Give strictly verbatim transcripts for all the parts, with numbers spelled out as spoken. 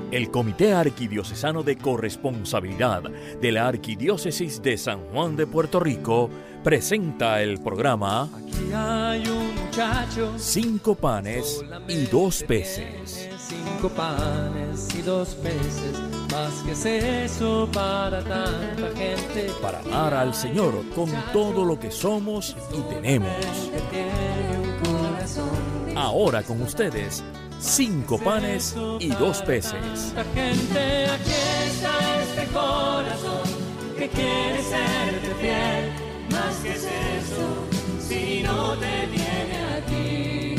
El Comité Arquidiocesano de Corresponsabilidad de la Arquidiócesis de San Juan de Puerto Rico presenta el programa Aquí hay un muchacho, Cinco panes y dos peces. Cinco panes y dos peces, más que es eso para tanta gente. Para amar al Señor con todo lo que somos y tenemos. Ahora con ustedes, Cinco panes y dos peces. Gente, aquí está este corazón que quiere serte fiel, más que es eso, si no te tiene a ti,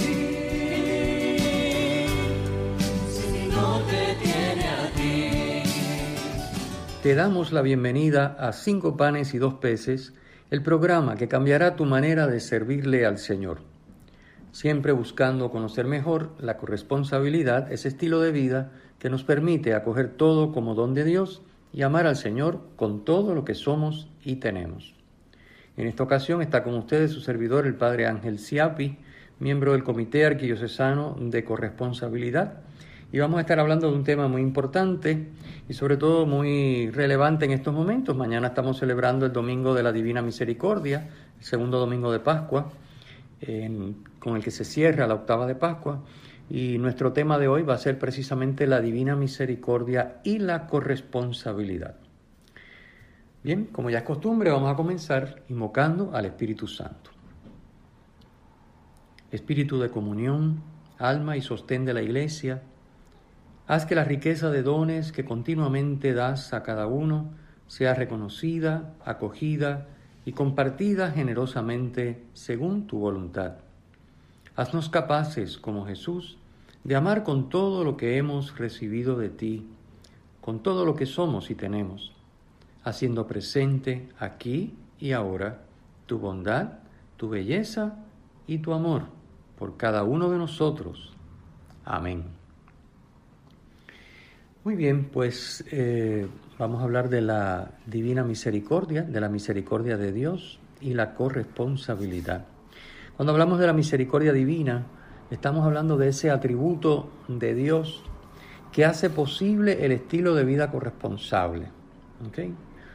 si no te tiene a ti. Te damos la bienvenida a Cinco panes y dos peces, el programa que cambiará tu manera de servirle al Señor. Siempre buscando conocer mejor la corresponsabilidad, ese estilo de vida que nos permite acoger todo como don de Dios y amar al Señor con todo lo que somos y tenemos. En esta ocasión está con ustedes su servidor, el Padre Ángel Siapi, miembro del Comité Arquidiocesano de Corresponsabilidad, y vamos a estar hablando de un tema muy importante y sobre todo muy relevante en estos momentos. Mañana estamos celebrando el Domingo de la Divina Misericordia, el segundo domingo de Pascua, En, con el que se cierra la octava de Pascua, y nuestro tema de hoy va a ser precisamente la Divina Misericordia y la corresponsabilidad. Bien, como ya es costumbre, vamos a comenzar invocando al Espíritu Santo. Espíritu de comunión, alma y sostén de la Iglesia, haz que la riqueza de dones que continuamente das a cada uno sea reconocida, acogida y compartida generosamente según tu voluntad. Haznos capaces, como Jesús, de amar con todo lo que hemos recibido de ti, con todo lo que somos y tenemos, haciendo presente aquí y ahora tu bondad, tu belleza y tu amor por cada uno de nosotros. Amén. Muy bien, pues eh, vamos a hablar de la Divina Misericordia, de la misericordia de Dios y la corresponsabilidad. Cuando hablamos de la misericordia divina, estamos hablando de ese atributo de Dios que hace posible el estilo de vida corresponsable. ¿Okay?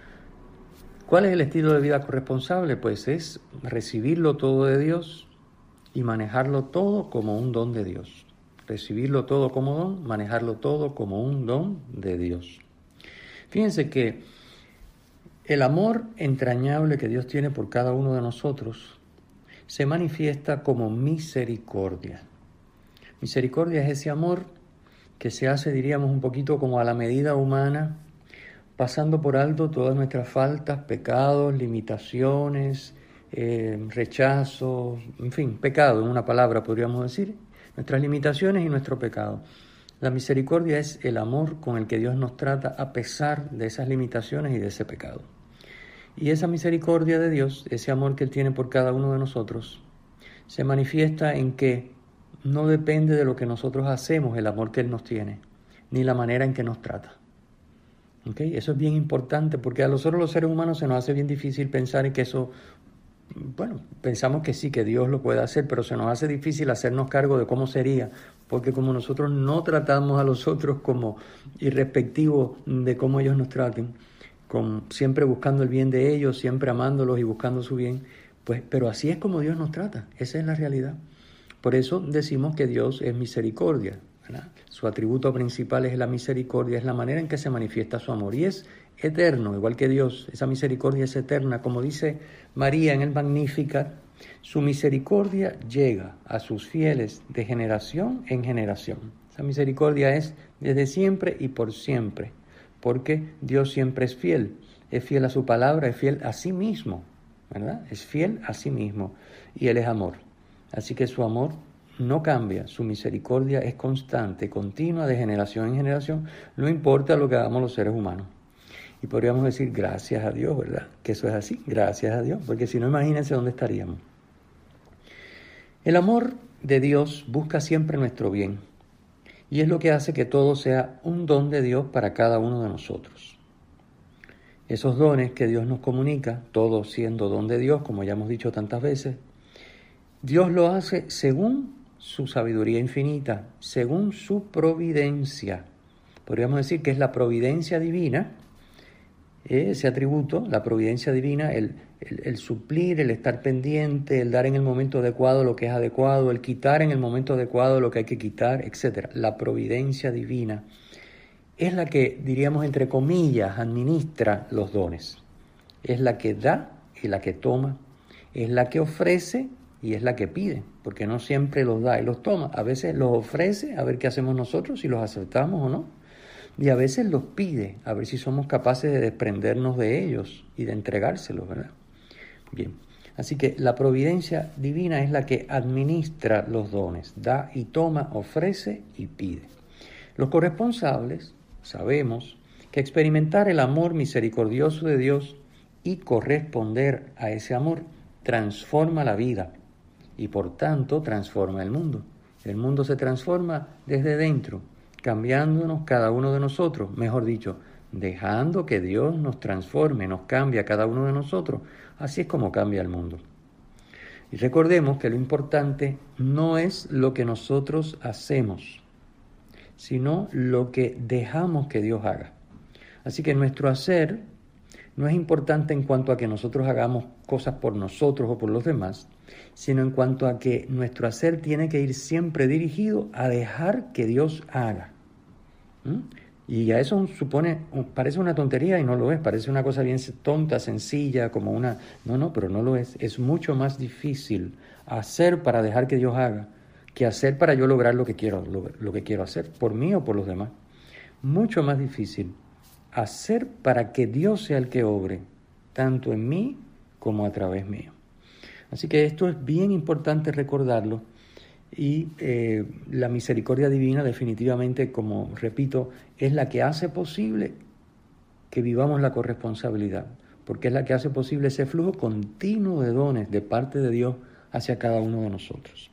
¿Cuál es el estilo de vida corresponsable? Pues es recibirlo todo de Dios y manejarlo todo como un don de Dios. Recibirlo todo como don, manejarlo todo como un don de Dios. Fíjense que el amor entrañable que Dios tiene por cada uno de nosotros se manifiesta como misericordia. Misericordia es ese amor que se hace, diríamos, un poquito como a la medida humana, pasando por alto todas nuestras faltas, pecados, limitaciones, eh, rechazos, en fin, pecado en una palabra podríamos decir, nuestras limitaciones y nuestro pecado. La misericordia es el amor con el que Dios nos trata a pesar de esas limitaciones y de ese pecado. Y esa misericordia de Dios, ese amor que Él tiene por cada uno de nosotros, se manifiesta en que no depende de lo que nosotros hacemos el amor que Él nos tiene, ni la manera en que nos trata. ¿Okay? Eso es bien importante porque a nosotros los seres humanos se nos hace bien difícil pensar en que eso... Bueno, pensamos que sí, que Dios lo puede hacer, pero se nos hace difícil hacernos cargo de cómo sería, porque como nosotros no tratamos a los otros como irrespectivos de cómo ellos nos traten, con, siempre buscando el bien de ellos, siempre amándolos y buscando su bien, pues, pero así es como Dios nos trata, esa es la realidad. Por eso decimos que Dios es misericordia, ¿verdad? Su atributo principal es la misericordia, es la manera en que se manifiesta su amor y es eterno, igual que Dios. Esa misericordia es eterna, como dice María en el Magnificat, su misericordia llega a sus fieles de generación en generación. Esa misericordia es desde siempre y por siempre, porque Dios siempre es fiel, es fiel a su palabra, es fiel a sí mismo, ¿verdad? Es fiel a sí mismo y Él es amor. Así que su amor no cambia, su misericordia es constante, continua, de generación en generación, no importa lo que hagamos los seres humanos. Y podríamos decir gracias a Dios, ¿verdad? Que eso es así, gracias a Dios, porque si no, imagínense dónde estaríamos. El amor de Dios busca siempre nuestro bien y es lo que hace que todo sea un don de Dios para cada uno de nosotros. Esos dones que Dios nos comunica, todo siendo don de Dios, como ya hemos dicho tantas veces, Dios lo hace según su sabiduría infinita, según su providencia, Podríamos decir que es la providencia divina, eh, ese atributo, la providencia divina, el, el, el suplir, el estar pendiente, el dar en el momento adecuado lo que es adecuado, el quitar en el momento adecuado lo que hay que quitar, etcétera. La providencia divina es la que, diríamos entre comillas, administra los dones. Es la que da y la que toma, es la que ofrece y es la que pide, porque no siempre los da y los toma. A veces los ofrece, a ver qué hacemos nosotros, si los aceptamos o no. Y a veces los pide, a ver si somos capaces de desprendernos de ellos y de entregárselos, ¿verdad? Bien, así que la providencia divina es la que administra los dones, da y toma, ofrece y pide. Los corresponsables sabemos que experimentar el amor misericordioso de Dios y corresponder a ese amor transforma la vida y por tanto transforma el mundo. El mundo se transforma desde dentro, cambiándonos cada uno de nosotros, mejor dicho, dejando que Dios nos transforme, nos cambie a cada uno de nosotros. Así es como cambia el mundo. Y recordemos que lo importante no es lo que nosotros hacemos, sino lo que dejamos que Dios haga. Así que nuestro hacer no es importante en cuanto a que nosotros hagamos cosas por nosotros o por los demás, sino en cuanto a que nuestro hacer tiene que ir siempre dirigido a dejar que Dios haga. ¿Mm? Y a eso supone, parece una tontería y no lo es, parece una cosa bien tonta, sencilla, como una... No, no, pero no lo es. Es mucho más difícil hacer para dejar que Dios haga que hacer para yo lograr lo que quiero, lo, lo que quiero hacer, por mí o por los demás. Mucho más difícil hacer para que Dios sea el que obre, tanto en mí como a través mío. Así que esto es bien importante recordarlo y eh, la misericordia divina definitivamente, como repito, es la que hace posible que vivamos la corresponsabilidad, porque es la que hace posible ese flujo continuo de dones de parte de Dios hacia cada uno de nosotros.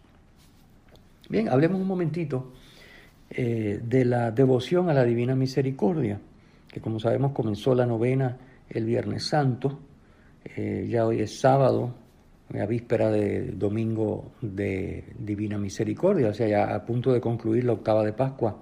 Bien, hablemos un momentito eh, de la devoción a la Divina Misericordia, que como sabemos comenzó la novena el Viernes Santo, eh, ya hoy es sábado, a víspera de domingo de Divina Misericordia, o sea, ya a punto de concluir la octava de Pascua.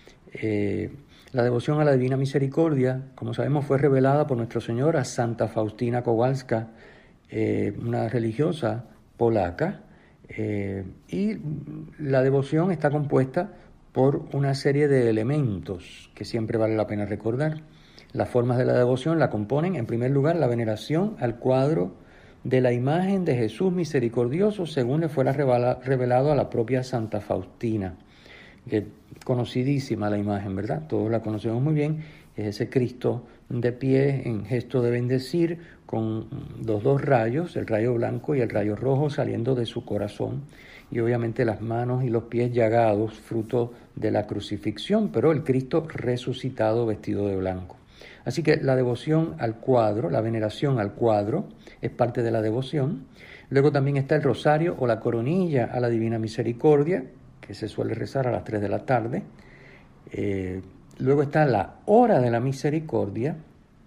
Eh, la devoción a la Divina Misericordia, como sabemos, fue revelada por Nuestra Señora Santa Faustina Kowalska, eh, una religiosa polaca, eh, y la devoción está compuesta por una serie de elementos que siempre vale la pena recordar. Las formas de la devoción la componen, en primer lugar, la veneración al cuadro de la imagen de Jesús misericordioso según le fuera revelado a la propia Santa Faustina, que conocidísima la imagen, ¿verdad? Todos la conocemos muy bien, es ese Cristo de pie en gesto de bendecir con los dos rayos, el rayo blanco y el rayo rojo saliendo de su corazón, y obviamente las manos y los pies llagados, fruto de la crucifixión, pero el Cristo resucitado vestido de blanco. Así que la devoción al cuadro, la veneración al cuadro, es parte de la devoción. Luego también está el rosario o la coronilla a la Divina Misericordia, que se suele rezar a las tres de la tarde. Eh, luego está la hora de la misericordia,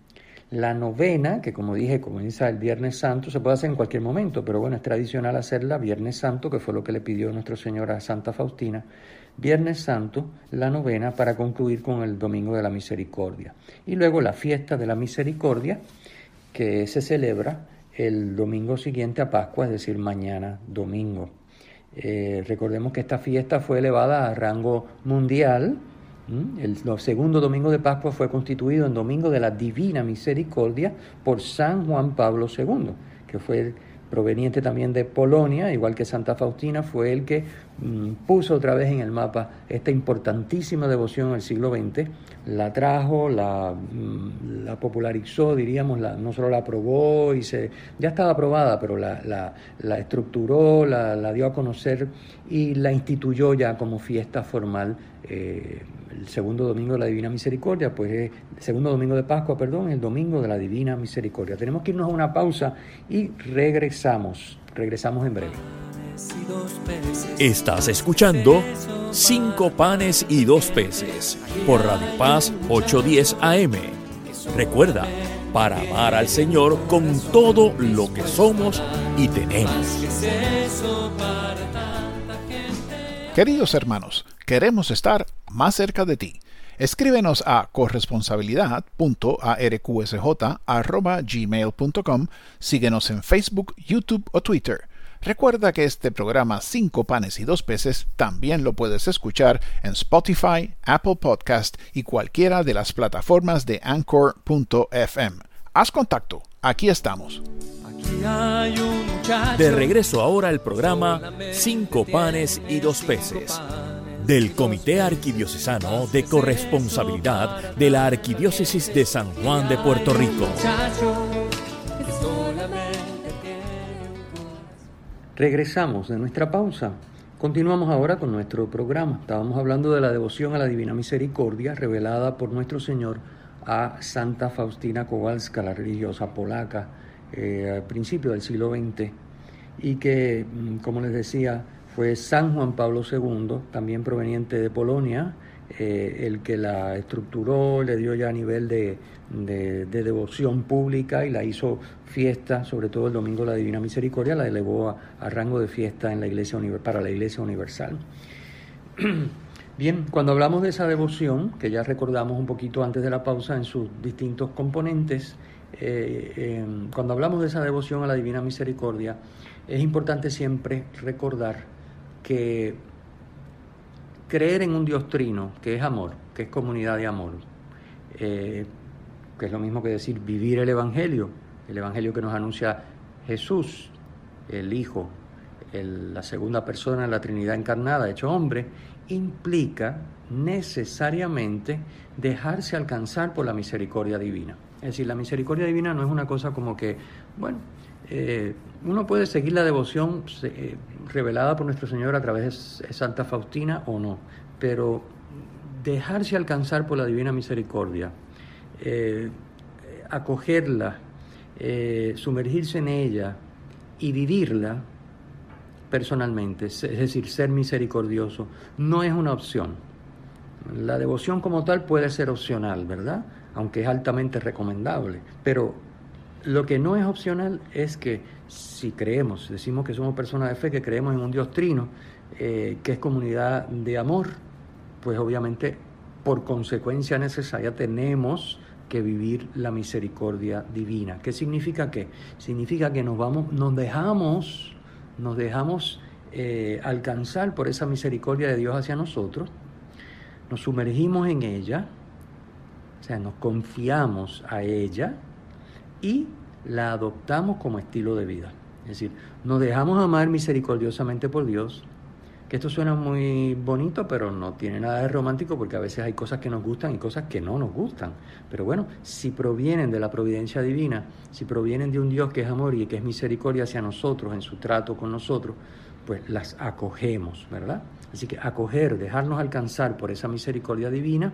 la novena, que como dije comienza el Viernes Santo, se puede hacer en cualquier momento, pero bueno, es tradicional hacerla Viernes Santo, que fue lo que le pidió Nuestra Señora a Santa Faustina. Viernes Santo, la novena, para concluir con el Domingo de la Misericordia. Y luego la fiesta de la Misericordia, que se celebra el domingo siguiente a Pascua, es decir, mañana domingo. Eh, recordemos que esta fiesta fue elevada a rango mundial. ¿Mm? El, el segundo domingo de Pascua fue constituido en Domingo de la Divina Misericordia por San Juan Pablo segundo, que fue el proveniente también de Polonia, igual que Santa Faustina, fue el que mm, puso otra vez en el mapa esta importantísima devoción del siglo veinte, la trajo, la, mm, la popularizó, diríamos, la, no solo la aprobó, y se, ya estaba aprobada, pero la, la, la estructuró, la, la dio a conocer y la instituyó ya como fiesta formal. Eh, el segundo domingo de la Divina Misericordia, pues es el segundo domingo de Pascua, perdón, el domingo de la Divina Misericordia. Tenemos que irnos a una pausa y regresamos, regresamos en breve. Estás escuchando Cinco Panes y Dos Peces por Radio Paz ochocientos diez A M. Recuerda, para amar al Señor con todo lo que somos y tenemos. Queridos hermanos, queremos estar más cerca de ti. Escríbenos a corresponsabilidad punto arqsj arroba gmail punto com. Síguenos en Facebook, YouTube o Twitter. Recuerda que este programa Cinco Panes y Dos Peces también lo puedes escuchar en Spotify, Apple Podcast y cualquiera de las plataformas de anchor punto f m. Haz contacto, aquí estamos. Aquí hay un muchacho. De regreso ahora al programa Cinco Panes y Dos Peces del Comité Arquidiocesano de Corresponsabilidad de la Arquidiócesis de San Juan de Puerto Rico. Regresamos de nuestra pausa. Continuamos ahora con nuestro programa. Estábamos hablando de la devoción a la Divina Misericordia revelada por nuestro Señor a Santa Faustina Kowalska, la religiosa polaca, eh, al principio del siglo veinte, y que, como les decía, fue San Juan Pablo segundo, también proveniente de Polonia, eh, el que la estructuró, le dio ya a nivel de, de, de devoción pública y la hizo fiesta, sobre todo el Domingo de la Divina Misericordia, la elevó a, a rango de fiesta en la iglesia para la Iglesia Universal. Bien, cuando hablamos de esa devoción, que ya recordamos un poquito antes de la pausa en sus distintos componentes, eh, eh, cuando hablamos de esa devoción a la Divina Misericordia, es importante siempre recordar que creer en un Dios trino, que es amor, que es comunidad de amor, eh, que es lo mismo que decir vivir el Evangelio, el Evangelio que nos anuncia Jesús, el Hijo, el, la segunda persona de la Trinidad encarnada, hecho hombre, implica necesariamente dejarse alcanzar por la misericordia divina. Es decir, la misericordia divina no es una cosa como que, bueno, eh, uno puede seguir la devoción eh, revelada por nuestro Señor a través de Santa Faustina o no, pero dejarse alcanzar por la divina misericordia, eh, acogerla, eh, sumergirse en ella y vivirla personalmente, es decir, ser misericordioso, no es una opción. La devoción como tal puede ser opcional, ¿verdad? Aunque es altamente recomendable, pero lo que no es opcional es que si creemos, decimos que somos personas de fe, que creemos en un Dios trino, eh, que es comunidad de amor, pues obviamente por consecuencia necesaria tenemos que vivir la misericordia divina. ¿Qué significa qué? Significa que nos vamos, nos dejamos, nos dejamos eh, alcanzar por esa misericordia de Dios hacia nosotros, nos sumergimos en ella, o sea, nos confiamos a ella y la adoptamos como estilo de vida. Es decir, nos dejamos amar misericordiosamente por Dios, que esto suena muy bonito, pero no tiene nada de romántico, porque a veces hay cosas que nos gustan y cosas que no nos gustan. Pero bueno, si provienen de la providencia divina, si provienen de un Dios que es amor y que es misericordia hacia nosotros, en su trato con nosotros, pues las acogemos, ¿verdad? Así que acoger, dejarnos alcanzar por esa misericordia divina,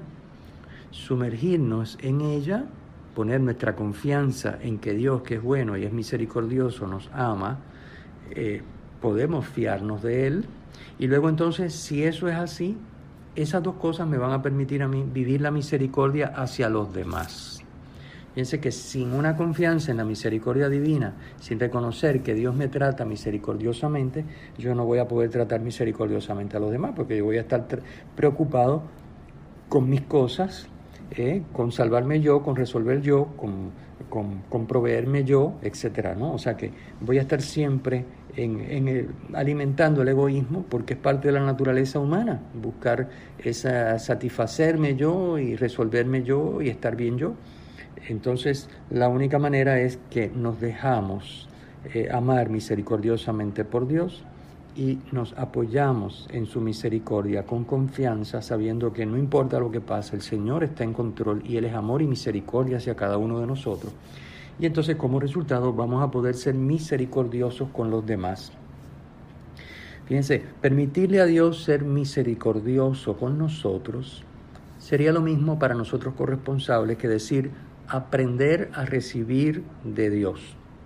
sumergirnos en ella, poner nuestra confianza en que Dios, que es bueno y es misericordioso, nos ama, eh, podemos fiarnos de Él. Y luego entonces, si eso es así, esas dos cosas me van a permitir a mí vivir la misericordia hacia los demás. Fíjense que sin una confianza en la misericordia divina, sin reconocer que Dios me trata misericordiosamente, yo no voy a poder tratar misericordiosamente a los demás, porque yo voy a estar preocupado con mis cosas, Eh, con salvarme yo, con resolver yo, con, con, con proveerme yo, etcétera, ¿no? O sea que voy a estar siempre en, en el, alimentando el egoísmo, porque es parte de la naturaleza humana, buscar esa, satisfacerme yo y resolverme yo y estar bien yo. Entonces, la única manera es que nos dejamos eh, amar misericordiosamente por Dios y nos apoyamos en su misericordia con confianza, sabiendo que no importa lo que pase, el Señor está en control y Él es amor y misericordia hacia cada uno de nosotros. Y entonces, como resultado, vamos a poder ser misericordiosos con los demás. Fíjense, permitirle a Dios ser misericordioso con nosotros sería lo mismo para nosotros corresponsables que decir aprender a recibir de Dios.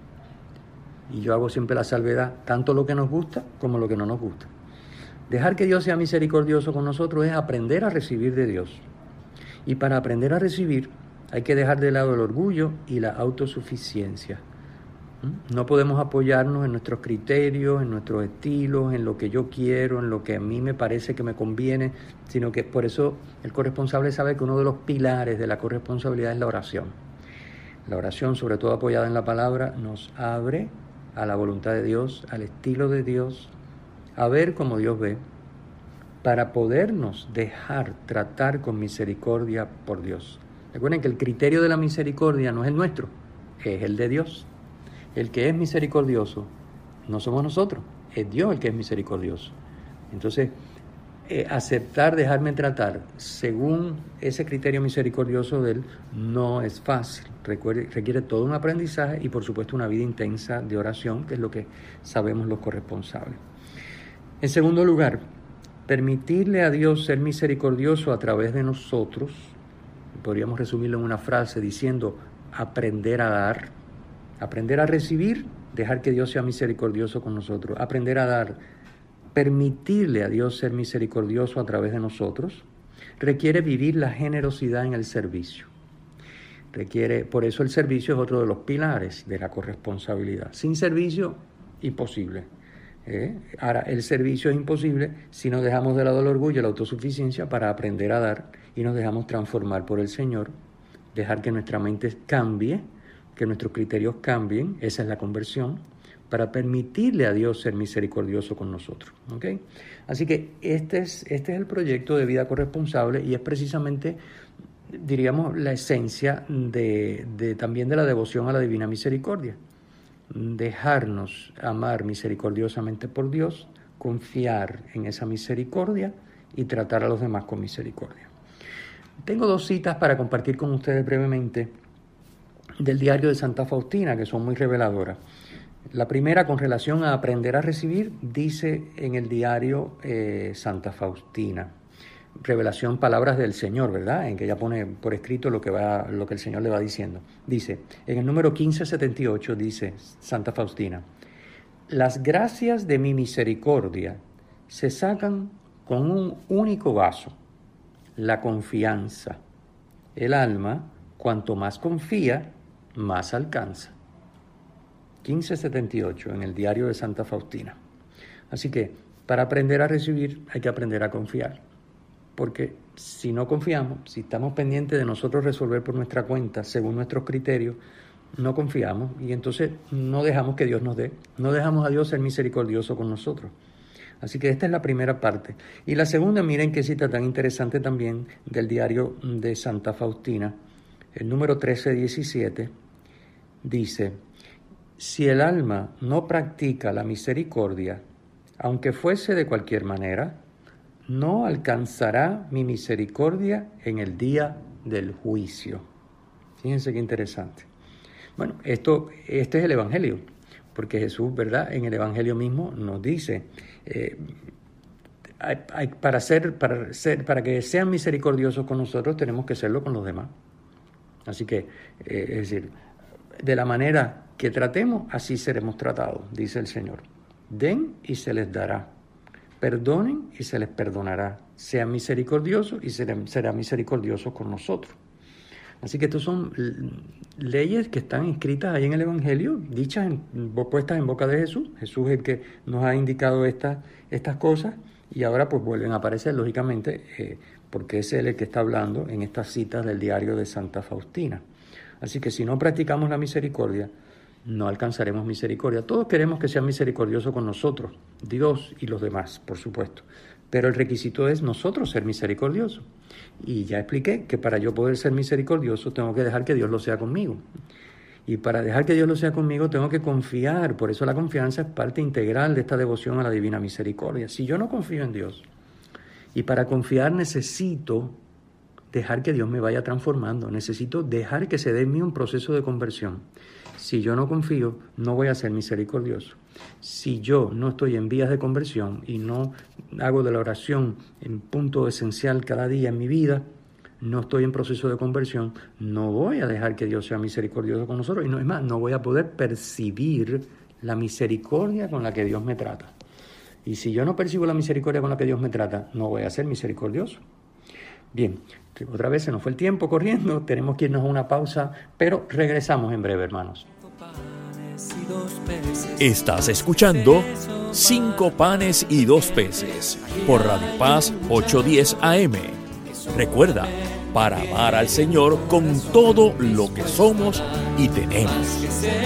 Y yo hago siempre la salvedad, tanto lo que nos gusta como lo que no nos gusta. Dejar que Dios sea misericordioso con nosotros es aprender a recibir de Dios. Y para aprender a recibir hay que dejar de lado el orgullo y la autosuficiencia. No podemos apoyarnos en nuestros criterios, en nuestros estilos, en lo que yo quiero, en lo que a mí me parece que me conviene, sino que por eso el corresponsable sabe que uno de los pilares de la corresponsabilidad es la oración. La oración, sobre todo apoyada en la palabra, nos abre a la voluntad de Dios, al estilo de Dios, a ver como Dios ve, para podernos dejar tratar con misericordia por Dios. Recuerden que el criterio de la misericordia no es el nuestro, es el de Dios. El que es misericordioso no somos nosotros, es Dios el que es misericordioso. Entonces, eh, aceptar, dejarme tratar según ese criterio misericordioso de Él no es fácil. Requiere, requiere todo un aprendizaje y, por supuesto, una vida intensa de oración, que es lo que sabemos los corresponsables. En segundo lugar, permitirle a Dios ser misericordioso a través de nosotros. Podríamos resumirlo en una frase diciendo aprender a dar. Aprender a recibir, dejar que Dios sea misericordioso con nosotros. Aprender a dar, permitirle a Dios ser misericordioso a través de nosotros, requiere vivir la generosidad en el servicio. Requiere, por eso el servicio es otro de los pilares de la corresponsabilidad. Sin servicio, imposible. ¿eh? Ahora, el servicio es imposible si nos dejamos de lado el orgullo y la autosuficiencia para aprender a dar y nos dejamos transformar por el Señor, dejar que nuestra mente cambie, que nuestros criterios cambien, esa es la conversión, para permitirle a Dios ser misericordioso con nosotros. ¿okay? Así que este es, este es el proyecto de vida corresponsable y es precisamente, diríamos, la esencia de, de, también de la devoción a la divina misericordia. Dejarnos amar misericordiosamente por Dios, confiar en esa misericordia y tratar a los demás con misericordia. Tengo dos citas para compartir con ustedes brevemente del diario de Santa Faustina, que son muy reveladoras. La primera, con relación a aprender a recibir, dice en el diario eh, Santa Faustina, revelación, palabras del Señor, ¿verdad? En que ella pone por escrito lo que, va, lo que el Señor le va diciendo. Dice, en el número quince setenta y ocho, dice Santa Faustina, las gracias de mi misericordia se sacan con un único vaso, la confianza. El alma, cuanto más confía, más alcanza. quince setenta y ocho en el diario de Santa Faustina. Así que para aprender a recibir hay que aprender a confiar, porque si no confiamos, si estamos pendientes de nosotros resolver por nuestra cuenta según nuestros criterios, no confiamos y entonces no dejamos que Dios nos dé, no dejamos a Dios ser misericordioso con nosotros. Así que esta es la primera parte. Y la segunda, miren qué cita tan interesante también del diario de Santa Faustina, el número trece diecisiete, dice, si el alma no practica la misericordia, aunque fuese de cualquier manera, no alcanzará mi misericordia en el día del juicio. Fíjense qué interesante. Bueno, esto, este es el Evangelio, porque Jesús, ¿verdad?, en el Evangelio mismo nos dice, eh, hay, hay, para, ser, para, ser, para que sean misericordiosos con nosotros, tenemos que serlo con los demás. Así que, eh, es decir, de la manera que tratemos, así seremos tratados, dice el Señor. Den y se les dará. Perdonen y se les perdonará. Sean misericordiosos y será misericordioso con nosotros. Así que estas son leyes que están inscritas ahí en el Evangelio, dichas, en, puestas en boca de Jesús. Jesús es el que nos ha indicado esta, estas cosas y ahora pues vuelven a aparecer, lógicamente, eh, porque es Él el que está hablando en estas citas del diario de Santa Faustina. Así que si no practicamos la misericordia, no alcanzaremos misericordia. Todos queremos que sea misericordioso con nosotros, Dios y los demás, por supuesto. Pero el requisito es nosotros ser misericordiosos. Y ya expliqué que para yo poder ser misericordioso tengo que dejar que Dios lo sea conmigo. Y para dejar que Dios lo sea conmigo tengo que confiar. Por eso la confianza es parte integral de esta devoción a la divina misericordia. Si yo no confío en Dios, y para confiar necesito dejar que Dios me vaya transformando, necesito dejar que se dé en mí un proceso de conversión. Si yo no confío, no voy a ser misericordioso. Si yo no estoy en vías de conversión y no hago de la oración un punto esencial cada día en mi vida, no estoy en proceso de conversión, no voy a dejar que Dios sea misericordioso con nosotros. Y no es más, no voy a poder percibir la misericordia con la que Dios me trata. Y si yo no percibo la misericordia con la que Dios me trata, no voy a ser misericordioso. Bien, otra vez se nos fue el tiempo corriendo, tenemos que irnos a una pausa, pero regresamos en breve, hermanos. Panes y Estás escuchando Cinco Panes y Dos Peces por Radio Paz ochocientos diez A M. Recuerda, para amar al Señor con todo lo que somos y tenemos.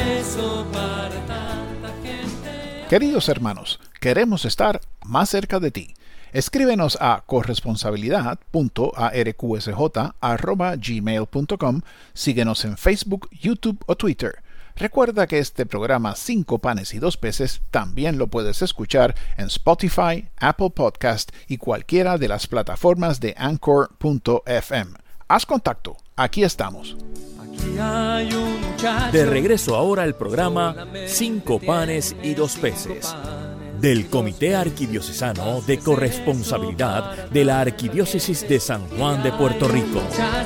Queridos hermanos, queremos estar más cerca de ti. Escríbenos a corresponsabilidad punto a r q s j arroba gmail punto com. Síguenos en Facebook, YouTube o Twitter. Recuerda que este programa Cinco Panes y Dos Peces también lo puedes escuchar en Spotify, Apple Podcast y cualquiera de las plataformas de anchor punto f m. Haz contacto, aquí estamos. De regreso ahora al programa Cinco Panes y Dos Peces del Comité Arquidiocesano de Corresponsabilidad de la Arquidiócesis de San Juan de Puerto Rico.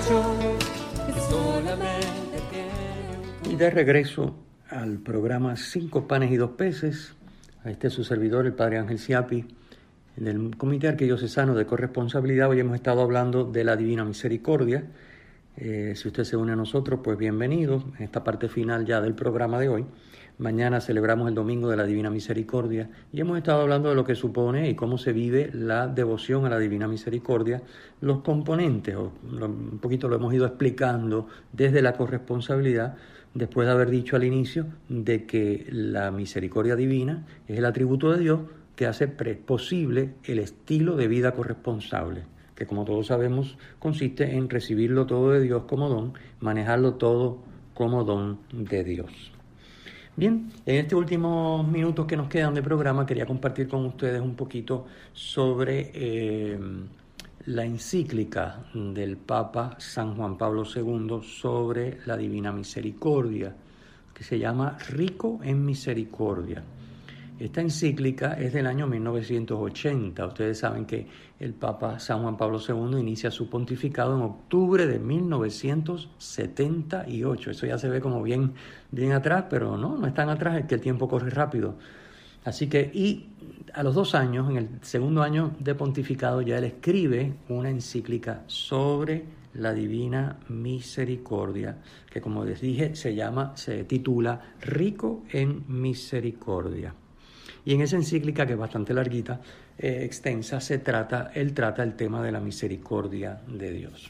Y de regreso al programa Cinco Panes y Dos Peces, a este su servidor, el Padre Ángel Siapi, del Comité Arquidiocesano de Corresponsabilidad. Hoy hemos estado hablando de la Divina Misericordia. Eh, si usted se une a nosotros, pues bienvenido en esta parte final ya del programa de hoy. Mañana celebramos el Domingo de la Divina Misericordia y hemos estado hablando de lo que supone y cómo se vive la devoción a la Divina Misericordia, los componentes, o lo, un poquito lo hemos ido explicando desde la corresponsabilidad, después de haber dicho al inicio de que la misericordia divina es el atributo de Dios que hace posible el estilo de vida corresponsable, que como todos sabemos consiste en recibirlo todo de Dios como don, manejarlo todo como don de Dios. Bien, en estos últimos minutos que nos quedan de programa quería compartir con ustedes un poquito sobre eh, la encíclica del Papa San Juan Pablo segundo sobre la Divina Misericordia, que se llama Rico en Misericordia. Esta encíclica es del año mil novecientos ochenta. Ustedes saben que el Papa San Juan Pablo segundo inicia su pontificado en octubre de mil novecientos setenta y ocho. Eso ya se ve como bien, bien atrás, pero no, no es tan atrás, es que el tiempo corre rápido. Así que, y a los dos años, en el segundo año de pontificado, ya él escribe una encíclica sobre la Divina Misericordia, que como les dije, se llama, se titula Rico en Misericordia. Y en esa encíclica, que es bastante larguita, eh, extensa, se trata, él trata el tema de la misericordia de Dios.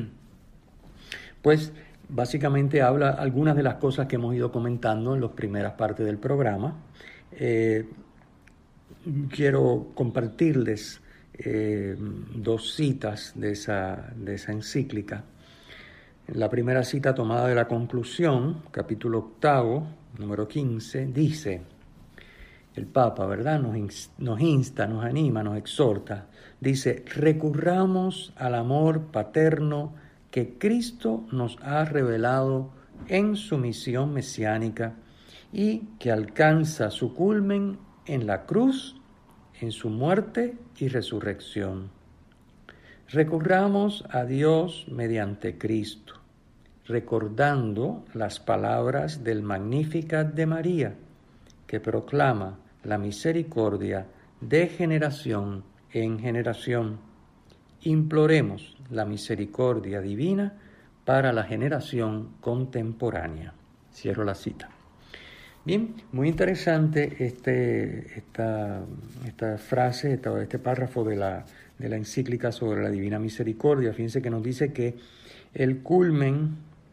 Pues básicamente habla algunas de las cosas que hemos ido comentando en las primeras partes del programa. Eh, quiero compartirles eh, dos citas de esa, de esa encíclica. La primera cita tomada de la conclusión, capítulo octavo, número quince, dice: el Papa, ¿verdad?, nos, nos insta, nos anima, nos exhorta. Dice: recurramos al amor paterno que Cristo nos ha revelado en su misión mesiánica y que alcanza su culmen en la cruz, en su muerte y resurrección. Recurramos a Dios mediante Cristo, recordando las palabras del Magnificat de María, que proclama la misericordia de generación en generación. Imploremos la misericordia divina para la generación contemporánea. Cierro la cita. Bien, muy interesante este, esta, esta frase, esta, este párrafo de la, de la encíclica sobre la Divina Misericordia. Fíjense que nos dice que el culmen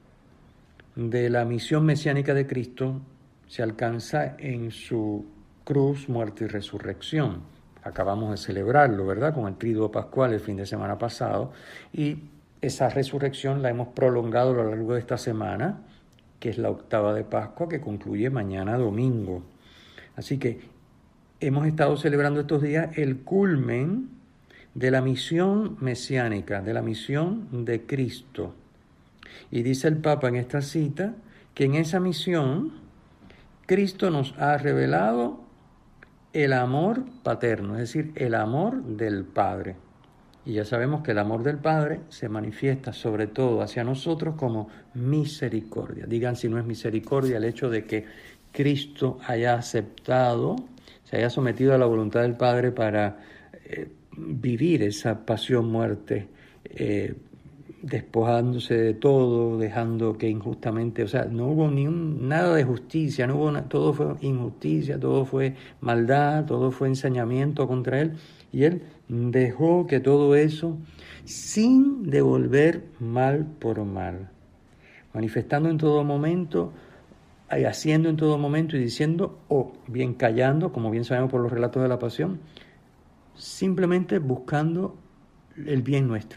de la misión mesiánica de Cristo se alcanza en su cruz, muerte y resurrección. Acabamos de celebrarlo, ¿verdad?, con el Tríduo Pascual el fin de semana pasado, y esa resurrección la hemos prolongado a lo largo de esta semana, que es la octava de Pascua, que concluye mañana domingo. Así que hemos estado celebrando estos días el culmen de la misión mesiánica, de la misión de Cristo. Y dice el Papa en esta cita que en esa misión Cristo nos ha revelado el amor paterno, es decir, el amor del Padre. Y ya sabemos que el amor del Padre se manifiesta sobre todo hacia nosotros como misericordia. Digan si no es misericordia el hecho de que Cristo haya aceptado, se haya sometido a la voluntad del Padre para eh, vivir esa pasión, muerte, eh, despojándose de todo, dejando que injustamente, o sea, no hubo ni un, nada de justicia, no hubo na, todo fue injusticia, todo fue maldad, todo fue ensañamiento contra él, y él dejó que todo eso, sin devolver mal por mal, manifestando en todo momento, y haciendo en todo momento y diciendo, o bien callando, como bien sabemos por los relatos de la pasión, simplemente buscando el bien nuestro.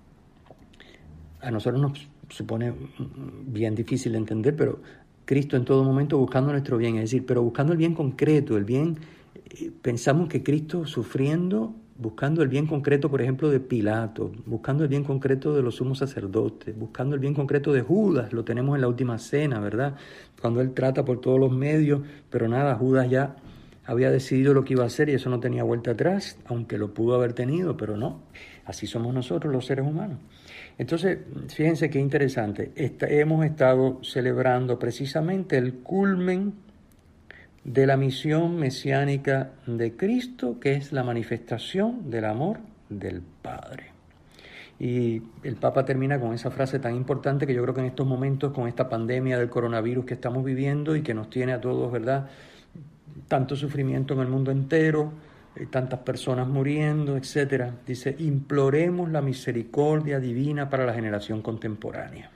A nosotros nos supone bien difícil de entender, pero Cristo en todo momento buscando nuestro bien, es decir, pero buscando el bien concreto, el bien, pensamos que Cristo sufriendo, buscando el bien concreto, por ejemplo, de Pilato, buscando el bien concreto de los sumos sacerdotes, buscando el bien concreto de Judas, lo tenemos en la última cena, ¿verdad? Cuando él trata por todos los medios, pero nada, Judas ya había decidido lo que iba a hacer y eso no tenía vuelta atrás, aunque lo pudo haber tenido, pero no. Así somos nosotros los seres humanos. Entonces, fíjense qué interesante. Esta, hemos estado celebrando precisamente el culmen de la misión mesiánica de Cristo, que es la manifestación del amor del Padre. Y el Papa termina con esa frase tan importante que yo creo que en estos momentos, con esta pandemia del coronavirus que estamos viviendo y que nos tiene a todos, ¿verdad?, tanto sufrimiento en el mundo entero, tantas personas muriendo, etcétera. Dice, imploremos la misericordia divina para la generación contemporánea.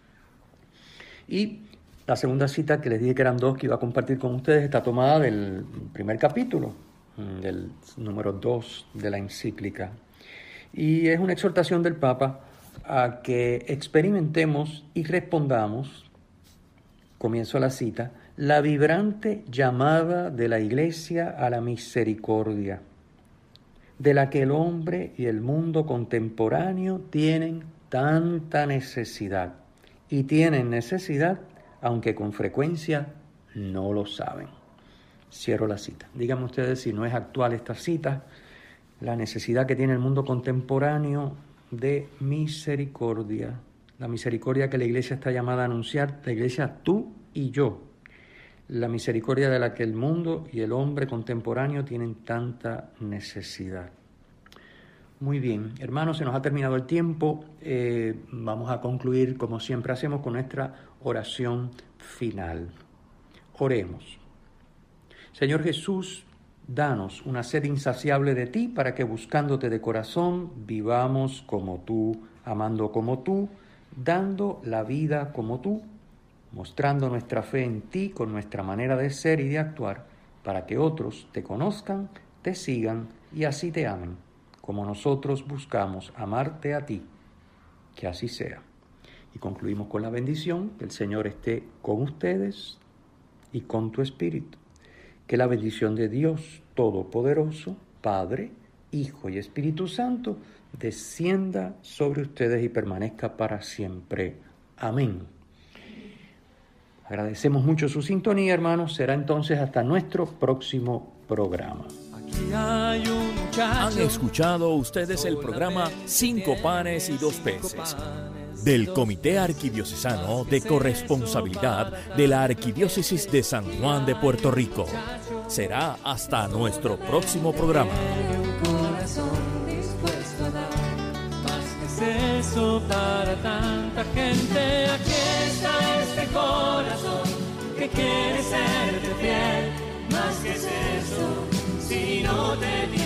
Y la segunda cita que les dije que eran dos que iba a compartir con ustedes está tomada del primer capítulo, del número dos de la encíclica. Y es una exhortación del Papa a que experimentemos y respondamos, comienzo la cita, la vibrante llamada de la Iglesia a la misericordia, de la que el hombre y el mundo contemporáneo tienen tanta necesidad, y tienen necesidad aunque con frecuencia no lo saben. Cierro la cita. Díganme ustedes si no es actual esta cita, la necesidad que tiene el mundo contemporáneo de misericordia, la misericordia que la Iglesia está llamada a anunciar, la Iglesia tú y yo, la misericordia de la que el mundo y el hombre contemporáneo tienen tanta necesidad. Muy bien, hermanos, se nos ha terminado el tiempo. Eh, vamos a concluir, como siempre hacemos, con nuestra oración final. Oremos. Señor Jesús, danos una sed insaciable de ti para que, buscándote de corazón, vivamos como tú, amando como tú, dando la vida como tú, mostrando nuestra fe en ti con nuestra manera de ser y de actuar, para que otros te conozcan, te sigan y así te amen, como nosotros buscamos amarte a ti. Que así sea. Y concluimos con la bendición, que el Señor esté con ustedes y con tu espíritu. Que la bendición de Dios Todopoderoso, Padre, Hijo y Espíritu Santo, descienda sobre ustedes y permanezca para siempre. Amén. Agradecemos mucho su sintonía, hermanos. Será entonces hasta nuestro próximo programa. Aquí hay un muchacho. Han escuchado ustedes el programa Cinco Panes y Dos Peces del Comité Arquidiocesano de Corresponsabilidad de la Arquidiócesis de San Juan de Puerto Rico. Será hasta nuestro próximo programa. Un corazón dispuesto a dar más que eso para tanta gente. Aquí está este corazón que quiere serte fiel. Más que eso, si no te